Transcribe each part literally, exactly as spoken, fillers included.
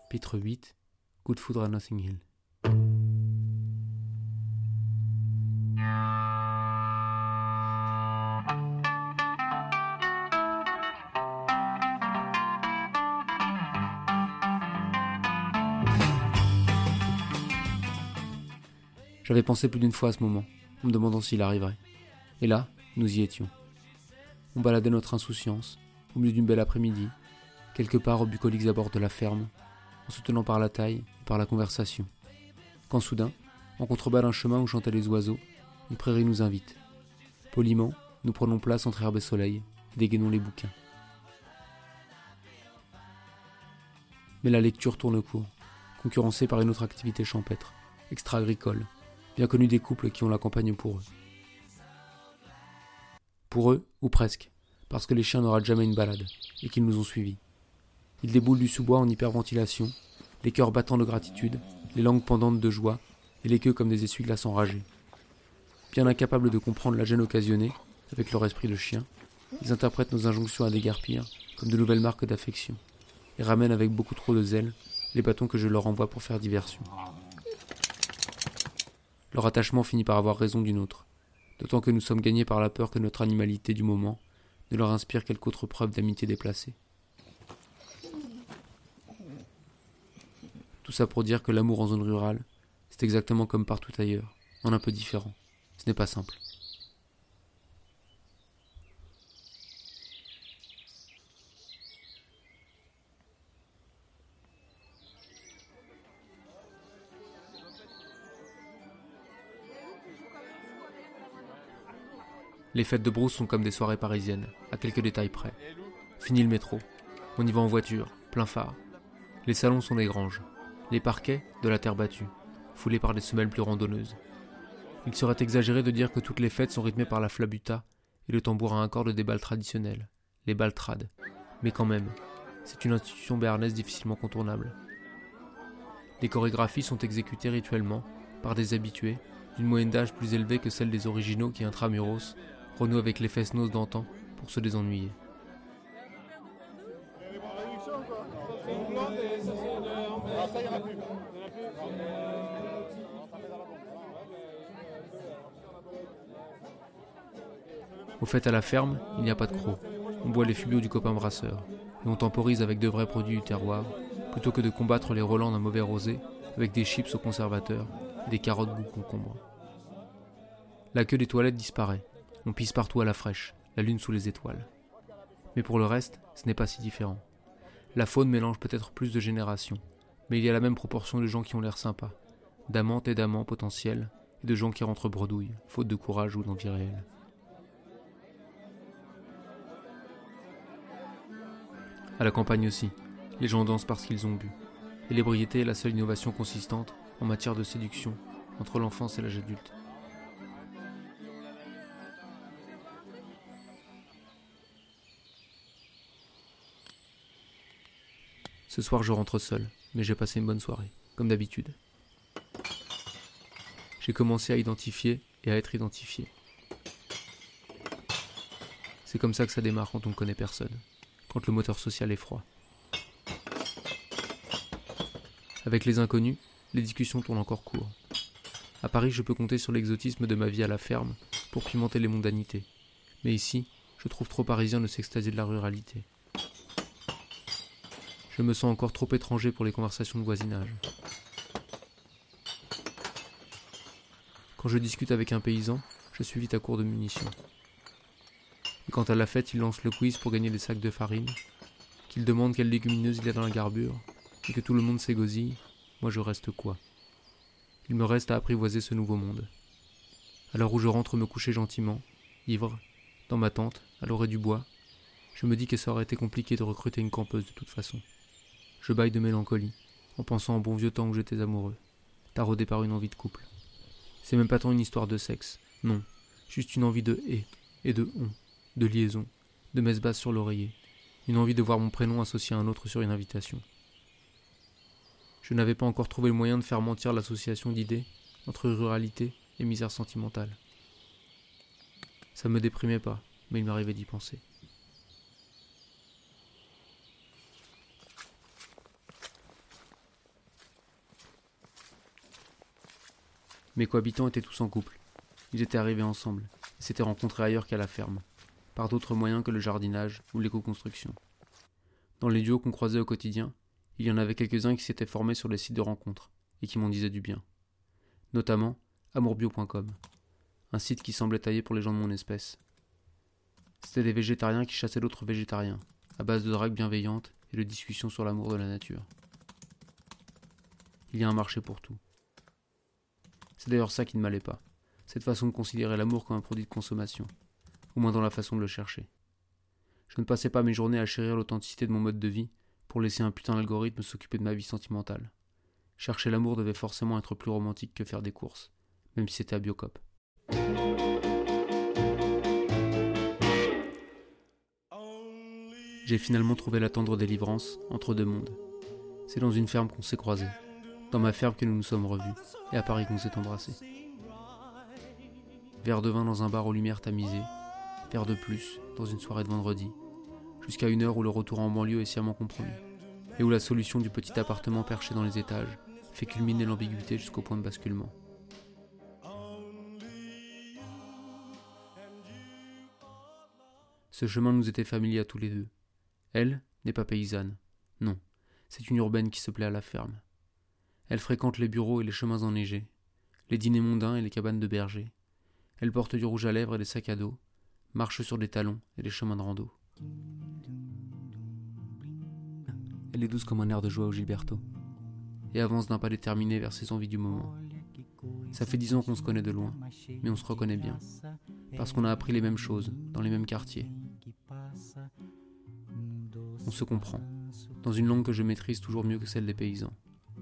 Chapitre huit. Coup de foudre à Nothing Hill. J'avais pensé plus d'une fois à ce moment, en me demandant s'il arriverait. Et là, nous y étions. On baladait notre insouciance, au milieu d'une belle après-midi, quelque part aux bucoliques abords de la ferme, en se tenant par la taille et par la conversation. Quand soudain, en contrebas d'un chemin où chantaient les oiseaux, une prairie nous invite. Poliment, nous prenons place entre herbe et soleil, et dégainons les bouquins. Mais la lecture tourne court, concurrencée par une autre activité champêtre, extra-agricole, bien connue des couples qui ont la campagne pour eux. Pour eux, ou presque, parce que les chiens ne ratent jamais une balade, et qu'ils nous ont suivis. Ils déboulent du sous-bois en hyperventilation, les cœurs battant de gratitude, les langues pendantes de joie, et les queues comme des essuie-glaces enragés. Bien incapables de comprendre la gêne occasionnée, avec leur esprit de chien, ils interprètent nos injonctions à déguerpir comme de nouvelles marques d'affection, et ramènent avec beaucoup trop de zèle les bâtons que je leur envoie pour faire diversion. Leur attachement finit par avoir raison d'une autre, d'autant que nous sommes gagnés par la peur que notre animalité du moment ne leur inspire quelque autre preuve d'amitié déplacée. Tout ça pour dire que l'amour en zone rurale, c'est exactement comme partout ailleurs, en un peu différent. Ce n'est pas simple. Les fêtes de brousse sont comme des soirées parisiennes, à quelques détails près. Fini le métro. On y va en voiture, plein phare. Les salons sont des granges. Les parquets, de la terre battue, foulés par des semelles plus randonneuses. Il serait exagéré de dire que toutes les fêtes sont rythmées par la flabuta et le tambour à un corde des bals traditionnels, les baltrades. Mais quand même, c'est une institution béarnaise difficilement contournable. Les chorégraphies sont exécutées rituellement par des habitués d'une moyenne d'âge plus élevée que celle des originaux qui, intramuros, renouent avec les fesses-noces d'antan pour se désennuyer. Au fait, à la ferme, il n'y a pas de crocs. On boit les fubios du copain brasseur, et on temporise avec de vrais produits du terroir, plutôt que de combattre les relents d'un mauvais rosé avec des chips au conservateur et des carottes goût concombre. La queue des toilettes disparaît. On pisse partout à la fraîche, la lune sous les étoiles. Mais pour le reste, ce n'est pas si différent. La faune mélange peut-être plus de générations, mais il y a la même proportion de gens qui ont l'air sympas, d'amantes et d'amants potentiels, et de gens qui rentrent bredouilles, faute de courage ou d'envie réelle. À la campagne aussi, les gens dansent parce qu'ils ont bu, et l'ébriété est la seule innovation consistante en matière de séduction entre l'enfance et l'âge adulte. Ce soir, je rentre seul, mais j'ai passé une bonne soirée, comme d'habitude. J'ai commencé à identifier et à être identifié. C'est comme ça que ça démarre quand on ne connaît personne, quand le moteur social est froid. Avec les inconnus, les discussions tournent encore court. À Paris, je peux compter sur l'exotisme de ma vie à la ferme pour pimenter les mondanités. Mais ici, je trouve trop parisien de s'extasier de la ruralité. Je me sens encore trop étranger pour les conversations de voisinage. Quand je discute avec un paysan, je suis vite à court de munitions. Et quand à la fête, il lance le quiz pour gagner des sacs de farine, qu'il demande quelle légumineuse il y a dans la garbure, et que tout le monde s'égosille, moi je reste quoi? Il me reste à apprivoiser ce nouveau monde. À l'heure où je rentre me coucher gentiment, ivre, dans ma tente, à l'orée du bois, je me dis que ça aurait été compliqué de recruter une campeuse de toute façon. Je bâille de mélancolie, en pensant au bon vieux temps où j'étais amoureux, taraudé par une envie de couple. C'est même pas tant une histoire de sexe, non, juste une envie de et, et de on, de liaison, de messe basse sur l'oreiller, une envie de voir mon prénom associé à un autre sur une invitation. Je n'avais pas encore trouvé le moyen de faire mentir l'association d'idées entre ruralité et misère sentimentale. Ça me déprimait pas, mais il m'arrivait d'y penser. Mes cohabitants étaient tous en couple. Ils étaient arrivés ensemble et s'étaient rencontrés ailleurs qu'à la ferme, par d'autres moyens que le jardinage ou l'éco-construction. Dans les duos qu'on croisait au quotidien, il y en avait quelques-uns qui s'étaient formés sur les sites de rencontres et qui m'en disaient du bien. Notamment amourbio point com, un site qui semblait taillé pour les gens de mon espèce. C'était des végétariens qui chassaient d'autres végétariens, à base de drague bienveillante et de discussions sur l'amour de la nature. Il y a un marché pour tout. C'est d'ailleurs ça qui ne m'allait pas, cette façon de considérer l'amour comme un produit de consommation, au moins dans la façon de le chercher. Je ne passais pas mes journées à chérir l'authenticité de mon mode de vie pour laisser un putain d'algorithme s'occuper de ma vie sentimentale. Chercher l'amour devait forcément être plus romantique que faire des courses, même si c'était à Biocop. J'ai finalement trouvé la tendre délivrance entre deux mondes. C'est dans une ferme qu'on s'est croisés, dans ma ferme que nous nous sommes revus, et à Paris qu'on s'est embrassés. Verre de vin dans un bar aux lumières tamisées, verre de plus dans une soirée de vendredi, jusqu'à une heure où le retour en banlieue est sciemment compromis, et où la solution du petit appartement perché dans les étages fait culminer l'ambiguïté jusqu'au point de basculement. Ce chemin nous était familier à tous les deux. Elle n'est pas paysanne, non, c'est une urbaine qui se plaît à la ferme. Elle fréquente les bureaux et les chemins enneigés, les dîners mondains et les cabanes de bergers. Elle porte du rouge à lèvres et des sacs à dos, marche sur des talons et des chemins de rando. Elle est douce comme un air de joie au Gilberto, et avance d'un pas déterminé vers ses envies du moment. Ça fait dix ans qu'on se connaît de loin, mais on se reconnaît bien, parce qu'on a appris les mêmes choses, dans les mêmes quartiers. On se comprend, dans une langue que je maîtrise toujours mieux que celle des paysans.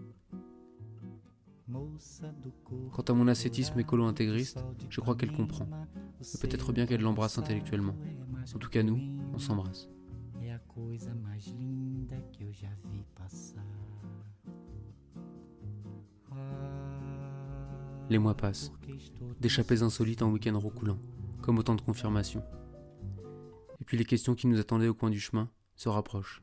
Quant à mon ascétisme écolo-intégriste, je crois qu'elle comprend, mais peut-être bien qu'elle l'embrasse intellectuellement. En tout cas nous, on s'embrasse. Les mois passent, d'échappées insolites en week-end roucoulant, comme autant de confirmations. Et puis les questions qui nous attendaient au coin du chemin se rapprochent.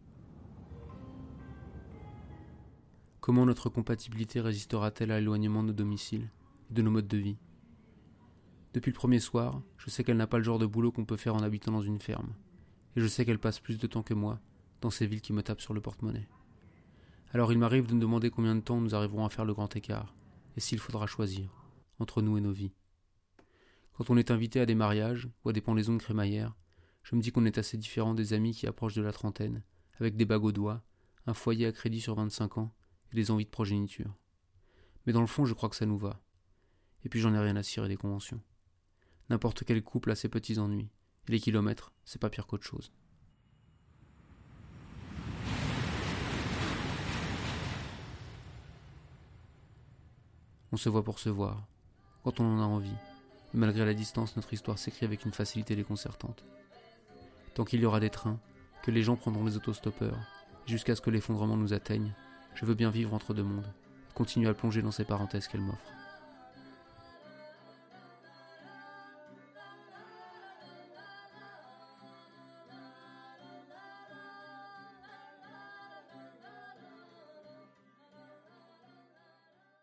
Comment notre compatibilité résistera-t-elle à l'éloignement de nos domiciles et de nos modes de vie ? Depuis le premier soir, je sais qu'elle n'a pas le genre de boulot qu'on peut faire en habitant dans une ferme, et je sais qu'elle passe plus de temps que moi dans ces villes qui me tapent sur le porte-monnaie. Alors il m'arrive de me demander combien de temps nous arriverons à faire le grand écart, et s'il faudra choisir, entre nous et nos vies. Quand on est invité à des mariages ou à des pendaisons de crémaillère, je me dis qu'on est assez différent des amis qui approchent de la trentaine, avec des bagues aux doigts, un foyer à crédit sur vingt-cinq ans et des envies de progéniture. Mais dans le fond, je crois que ça nous va. Et puis j'en ai rien à cirer des conventions. N'importe quel couple a ses petits ennuis, et les kilomètres, c'est pas pire qu'autre chose. On se voit pour se voir, quand on en a envie, et malgré la distance, notre histoire s'écrit avec une facilité déconcertante. Tant qu'il y aura des trains, que les gens prendront les autostoppeurs, jusqu'à ce que l'effondrement nous atteigne, je veux bien vivre entre deux mondes, et continuer à plonger dans ces parenthèses qu'elle m'offre.